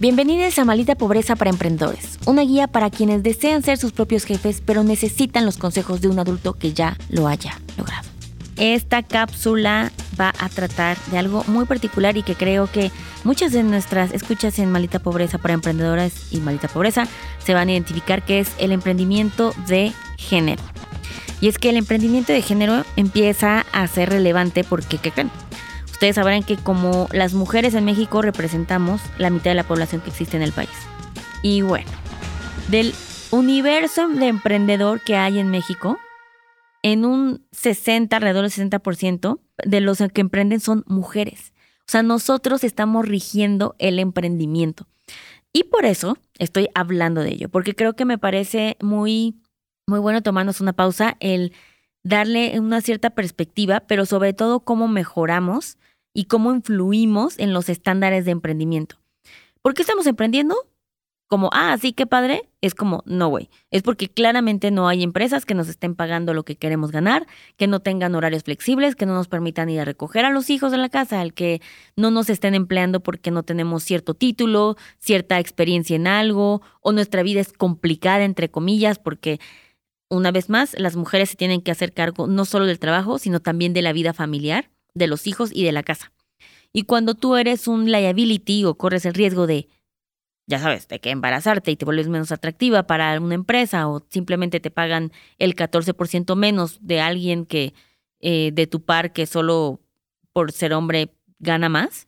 Bienvenidos a Maldita Pobreza para Emprendedores, una guía para quienes desean ser sus propios jefes, pero necesitan los consejos de un adulto que ya lo haya logrado. Esta cápsula va a tratar de algo muy particular y que creo que muchas de nuestras escuchas en Maldita Pobreza para Emprendedores y Maldita Pobreza se van a identificar, que es el emprendimiento de género. Y es que el emprendimiento de género empieza a ser relevante porque, ¿qué creen? Ustedes sabrán que como las mujeres en México representamos la mitad de la población que existe en el país. Y bueno, del universo de emprendedor que hay en México, en un 60, alrededor del 60% de los que emprenden son mujeres. O sea, nosotros estamos rigiendo el emprendimiento. Y por eso estoy hablando de ello, porque creo que me parece muy bueno tomarnos una pausa, el darle una cierta perspectiva, pero sobre todo cómo mejoramos y cómo influimos en los estándares de emprendimiento. ¿Por qué estamos emprendiendo? Como, sí, qué padre. Es como, no, güey. Es porque claramente no hay empresas que nos estén pagando lo que queremos ganar, que no tengan horarios flexibles, que no nos permitan ir a recoger a los hijos de la casa, al que no nos estén empleando porque no tenemos cierto título, cierta experiencia en algo, o nuestra vida es complicada, entre comillas, porque una vez más, las mujeres se tienen que hacer cargo no solo del trabajo, sino también de la vida familiar, de los hijos y de la casa. Y cuando tú eres un liability o corres el riesgo de, ya sabes, de que embarazarte y te vuelves menos atractiva para una empresa o simplemente te pagan el 14% menos de alguien que de tu par que solo por ser hombre gana más,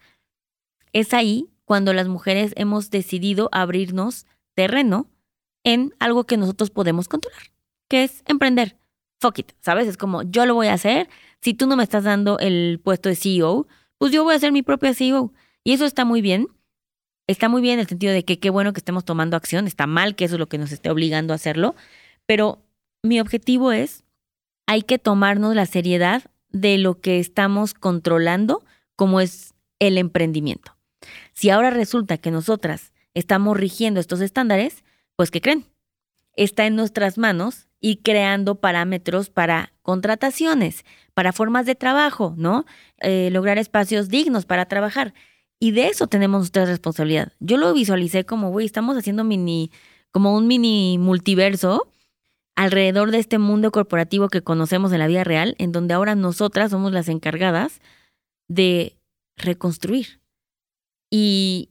es ahí cuando las mujeres hemos decidido abrirnos terreno en algo que nosotros podemos controlar, que es emprender. Fuck it, ¿sabes? Es como, yo lo voy a hacer. Si tú no me estás dando el puesto de CEO, pues yo voy a ser mi propia CEO. Y eso está muy bien. Está muy bien en el sentido de que qué bueno que estemos tomando acción. Está mal que eso es lo que nos esté obligando a hacerlo. Pero mi objetivo es, hay que tomarnos la seriedad de lo que estamos controlando, como es el emprendimiento. Si ahora resulta que nosotras estamos rigiendo estos estándares, pues ¿qué creen? Está en nuestras manos y creando parámetros para contrataciones, para formas de trabajo, ¿no? Lograr espacios dignos para trabajar. Y de eso tenemos nuestra responsabilidad. Yo lo visualicé como, güey, estamos haciendo como un mini multiverso alrededor de este mundo corporativo que conocemos en la vida real, en donde ahora nosotras somos las encargadas de reconstruir. Y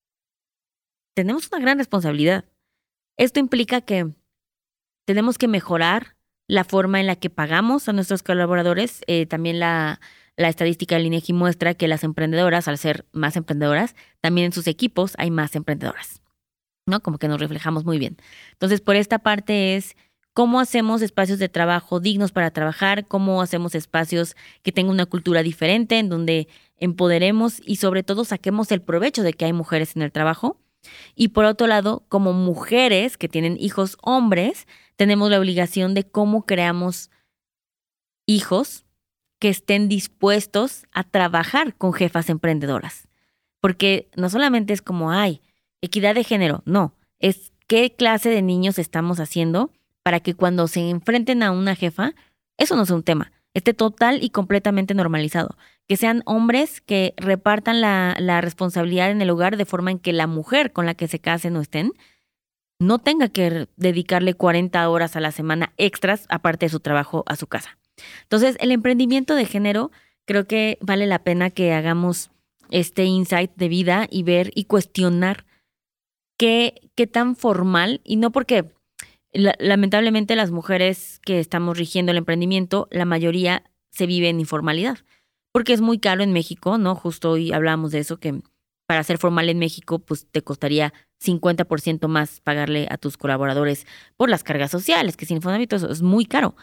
tenemos una gran responsabilidad. Esto implica que tenemos que mejorar la forma en la que pagamos a nuestros colaboradores. También la estadística del INEGI muestra que las emprendedoras, al ser más emprendedoras, también en sus equipos hay más emprendedoras, ¿no? Como que nos reflejamos muy bien. Entonces, por esta parte es cómo hacemos espacios de trabajo dignos para trabajar, cómo hacemos espacios que tengan una cultura diferente, en donde empoderemos y sobre todo saquemos el provecho de que hay mujeres en el trabajo. Y por otro lado, como mujeres que tienen hijos hombres, tenemos la obligación de cómo creamos hijos que estén dispuestos a trabajar con jefas emprendedoras. Porque no solamente es como, equidad de género, no, es qué clase de niños estamos haciendo para que cuando se enfrenten a una jefa, eso no sea un tema, esté total y completamente normalizado. Que sean hombres que repartan la responsabilidad en el hogar de forma en que la mujer con la que se casen o estén no tenga que dedicarle 40 horas a la semana extras, aparte de su trabajo, a su casa. Entonces, el emprendimiento de género, creo que vale la pena que hagamos este insight de vida y ver y cuestionar qué tan formal, y no porque lamentablemente las mujeres que estamos rigiendo el emprendimiento, la mayoría se vive en informalidad. Porque es muy caro en México, ¿no? Justo hoy hablábamos de eso, que para ser formal en México, pues te costaría 50% más pagarle a tus colaboradores por las cargas sociales, que sin Infonavit eso es muy caro.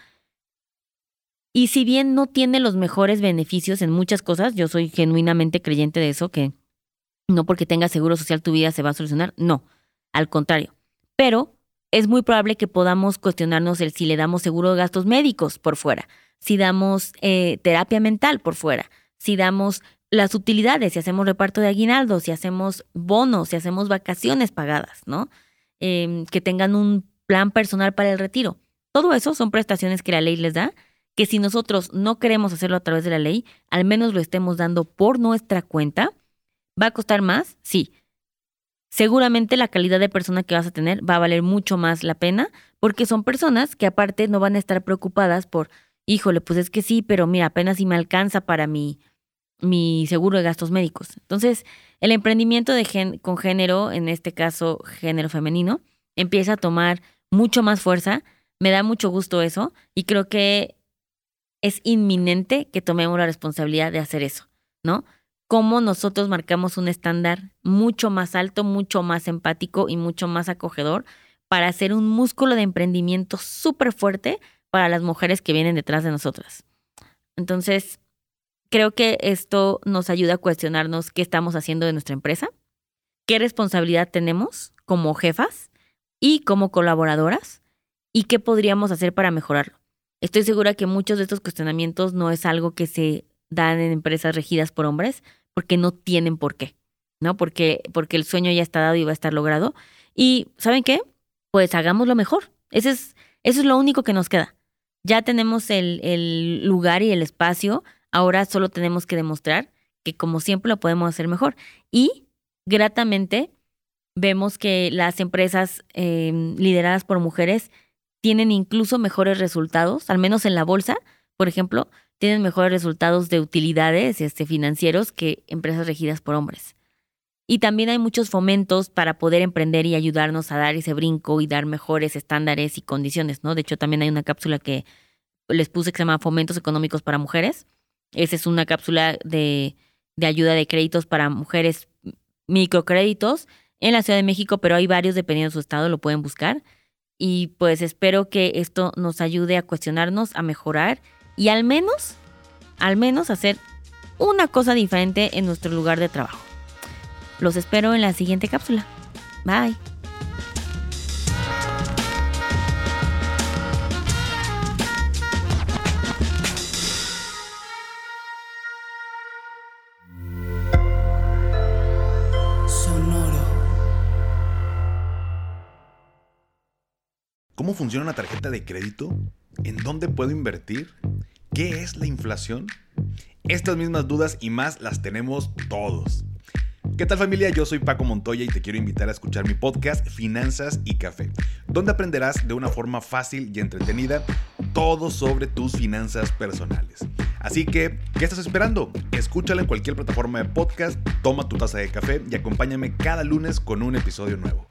Y si bien no tiene los mejores beneficios en muchas cosas, yo soy genuinamente creyente de eso, que no porque tengas seguro social tu vida se va a solucionar, no, al contrario. Pero es muy probable que podamos cuestionarnos el si le damos seguro de gastos médicos por fuera, si damos terapia mental por fuera, si damos las utilidades, si hacemos reparto de aguinaldo, si hacemos bonos, si hacemos vacaciones pagadas, ¿no? Que tengan un plan personal para el retiro. Todo eso son prestaciones que la ley les da, que si nosotros no queremos hacerlo a través de la ley, al menos lo estemos dando por nuestra cuenta. ¿Va a costar más? Sí. seguramente la calidad de persona que vas a tener va a valer mucho más la pena, porque son personas que aparte no van a estar preocupadas por, híjole, pues es que sí, pero mira, apenas si me alcanza para mi seguro de gastos médicos. Entonces, el emprendimiento con género, en este caso género femenino, empieza a tomar mucho más fuerza. Me da mucho gusto eso y creo que es inminente que tomemos la responsabilidad de hacer eso, ¿no? Cómo nosotros marcamos un estándar mucho más alto, mucho más empático y mucho más acogedor para hacer un músculo de emprendimiento súper fuerte para las mujeres que vienen detrás de nosotras. Entonces, creo que esto nos ayuda a cuestionarnos qué estamos haciendo de nuestra empresa, qué responsabilidad tenemos como jefas y como colaboradoras y qué podríamos hacer para mejorarlo. Estoy segura que muchos de estos cuestionamientos no es algo que se dan en empresas regidas por hombres porque no tienen por qué, ¿no? Porque el sueño ya está dado y va a estar logrado. Y ¿saben qué? Pues hagámoslo mejor. Eso es lo único que nos queda. Ya tenemos el lugar y el espacio. Ahora solo tenemos que demostrar que como siempre lo podemos hacer mejor. Y gratamente vemos que las empresas lideradas por mujeres tienen incluso mejores resultados, al menos en la bolsa, por ejemplo, tienen mejores resultados de utilidades financieros que empresas regidas por hombres. Y también hay muchos fomentos para poder emprender y ayudarnos a dar ese brinco y dar mejores estándares y condiciones, ¿no? De hecho, también hay una cápsula que les puse que se llama Fomentos Económicos para Mujeres. Esa es una cápsula de ayuda de créditos para mujeres, microcréditos en la Ciudad de México, pero hay varios dependiendo de su estado, lo pueden buscar. Y pues espero que esto nos ayude a cuestionarnos, a mejorar y al menos hacer una cosa diferente en nuestro lugar de trabajo. Los espero en la siguiente cápsula. Bye. ¿Cómo funciona una tarjeta de crédito? ¿En dónde puedo invertir? ¿Qué es la inflación? Estas mismas dudas y más las tenemos todos. ¿Qué tal, familia? Yo soy Paco Montoya y te quiero invitar a escuchar mi podcast Finanzas y Café, donde aprenderás de una forma fácil y entretenida todo sobre tus finanzas personales. Así que, ¿qué estás esperando? Escúchala en cualquier plataforma de podcast, toma tu taza de café y acompáñame cada lunes con un episodio nuevo.